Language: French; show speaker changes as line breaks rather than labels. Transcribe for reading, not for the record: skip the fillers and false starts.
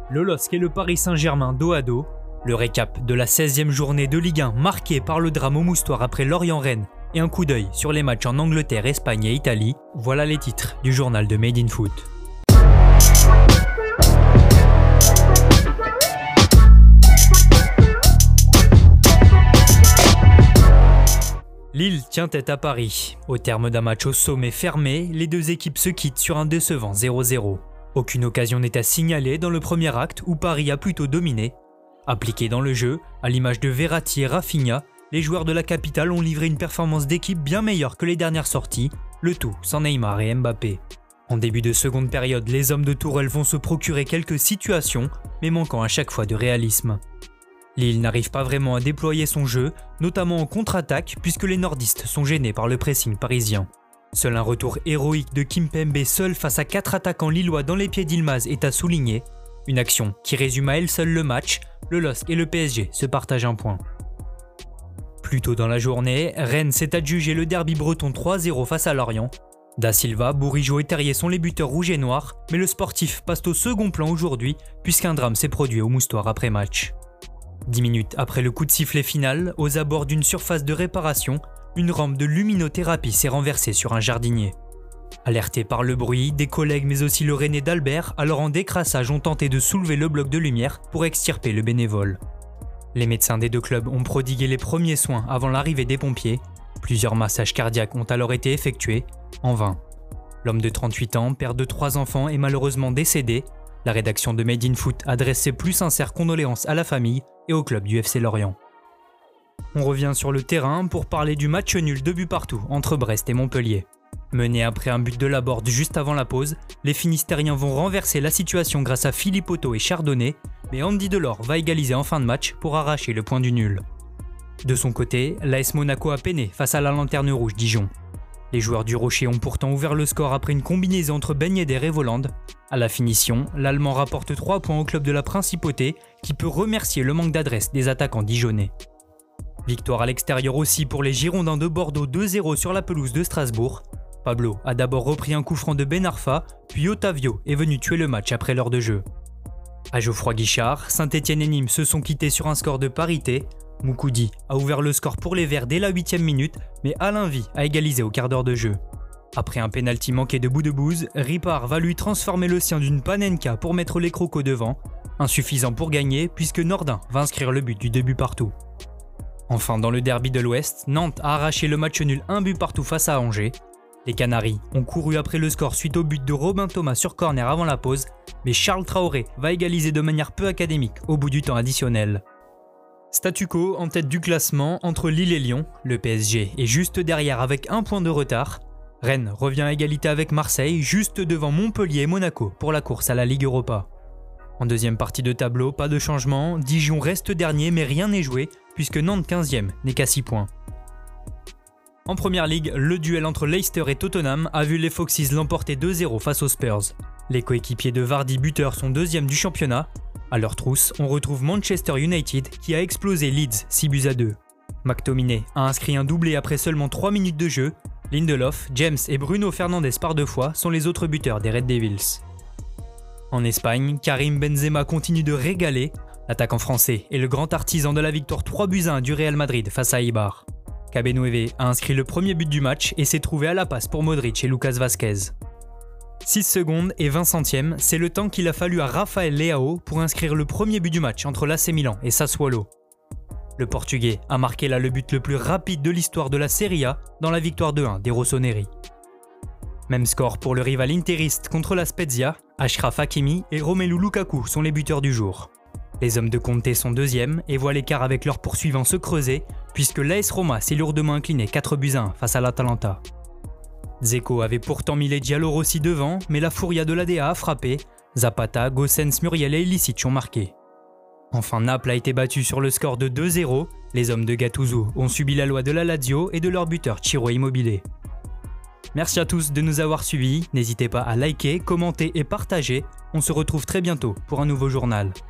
le LOSC et le Paris Saint-Germain dos à dos, le récap de la 16e journée de Ligue 1 marquée par le drame au Moustoir après Lorient-Rennes et un coup d'œil sur les matchs en Angleterre, Espagne et Italie, voilà les titres du journal de Made in Foot. Lille tient tête à Paris. Au terme d'un match au sommet fermé, les deux équipes se quittent sur un décevant 0-0. Aucune occasion n'est à signaler dans le premier acte où Paris a plutôt dominé. Appliqués dans le jeu, à l'image de Verratti et Rafinha, les joueurs de la capitale ont livré une performance d'équipe bien meilleure que les dernières sorties, le tout sans Neymar et Mbappé. En début de seconde période, les hommes de Tourelle vont se procurer quelques situations, mais manquant à chaque fois de réalisme. Lille n'arrive pas vraiment à déployer son jeu, notamment en contre-attaque, puisque les nordistes sont gênés par le pressing parisien. Seul un retour héroïque de Kimpembe seul face à 4 attaquants lillois dans les pieds d'Yilmaz est à souligner. Une action qui résume à elle seule le match, le LOSC et le PSG se partagent un point. Plus tôt dans la journée, Rennes s'est adjugé le derby breton 3-0 face à Lorient. Da Silva, Bourigeaud et Terrier sont les buteurs rouges et noirs, mais le sportif passe au second plan aujourd'hui puisqu'un drame s'est produit au Moustoir après match. 10 minutes après le coup de sifflet final, aux abords d'une surface de réparation, une rampe de luminothérapie s'est renversée sur un jardinier. Alertés par le bruit, des collègues mais aussi le Rennais d'Albert, alors en décrassage, ont tenté de soulever le bloc de lumière pour extirper le bénévole. Les médecins des deux clubs ont prodigué les premiers soins avant l'arrivée des pompiers. Plusieurs massages cardiaques ont alors été effectués, en vain. L'homme de 38 ans, père de 3 enfants, est malheureusement décédé. La rédaction de Made in Foot adresse ses plus sincères condoléances à la famille et au club du FC Lorient. On revient sur le terrain pour parler du match nul 2 buts partout entre Brest et Montpellier. Menés après un but de Laborde juste avant la pause, les Finistériens vont renverser la situation grâce à Philippe Otto et Chardonnay, mais Andy Delors va égaliser en fin de match pour arracher le point du nul. De son côté, l'AS Monaco a peiné face à la Lanterne Rouge Dijon. Les joueurs du Rocher ont pourtant ouvert le score après une combinaison entre Ben Yedder et Voland. À la finition, l'Allemand rapporte 3 points au club de la Principauté qui peut remercier le manque d'adresse des attaquants dijonnais. Victoire à l'extérieur aussi pour les Girondins de Bordeaux 2-0 sur la pelouse de Strasbourg. Pablo a d'abord repris un coup franc de Ben Arfa, puis Otavio est venu tuer le match après l'heure de jeu. À Geoffroy-Guichard, Saint-Étienne et Nîmes se sont quittés sur un score de parité. Moukoudi a ouvert le score pour les Verts dès la 8e minute, mais Alain Vie a égalisé au quart d'heure de jeu. Après un pénalty manqué de Boudebouz, Ripard va lui transformer le sien d'une panenka pour mettre les Crocos devant. Insuffisant pour gagner puisque Nordin va inscrire le but du 2 buts partout. Enfin, dans le derby de l'Ouest, Nantes a arraché le match nul 1 but partout face à Angers. Les Canaries ont couru après le score suite au but de Robin Thomas sur corner avant la pause, mais Charles Traoré va égaliser de manière peu académique au bout du temps additionnel. Statu quo en tête du classement entre Lille et Lyon, le PSG est juste derrière avec 1 point de retard. Rennes revient à égalité avec Marseille, juste devant Montpellier et Monaco pour la course à la Ligue Europa. En deuxième partie de tableau, pas de changement, Dijon reste dernier mais rien n'est joué puisque Nantes 15e n'est qu'à 6 points. En première ligue, le duel entre Leicester et Tottenham a vu les Foxes l'emporter 2-0 face aux Spurs. Les coéquipiers de Vardy buteur sont 2e du championnat. À leur trousse, on retrouve Manchester United qui a explosé Leeds 6-2. McTominay a inscrit un doublé après seulement 3 minutes de jeu. Lindelof, James et Bruno Fernandes par 2 fois sont les autres buteurs des Red Devils. En Espagne, Karim Benzema continue de régaler. L'attaquant français est le grand artisan de la victoire 3-1 du Real Madrid face à Eibar. Cabenueve a inscrit le premier but du match et s'est trouvé à la passe pour Modric et Lucas Vazquez. 6 secondes et 20 centièmes, c'est le temps qu'il a fallu à Rafael Leao pour inscrire le premier but du match entre l'AC Milan et Sassuolo. Le Portugais a marqué là le but le plus rapide de l'histoire de la Serie A dans la victoire 2-1 des Rossoneri. Même score pour le rival interiste contre la Spezia, Achraf Hakimi et Romelu Lukaku sont les buteurs du jour. Les hommes de Conte sont 2e et voient l'écart avec leurs poursuivants se creuser puisque l'AS Roma s'est lourdement incliné 4-1 face à l'Atalanta. Dzeko avait pourtant mis les Giallorossi devant, mais la Furia de l'ADA a frappé. Zapata, Gossens, Muriel et Ilicic ont marqué. Enfin, Naples a été battu sur le score de 2-0. Les hommes de Gattuso ont subi la loi de la Lazio et de leur buteur Ciro Immobile. Merci à tous de nous avoir suivis. N'hésitez pas à liker, commenter et partager. On se retrouve très bientôt pour un nouveau journal.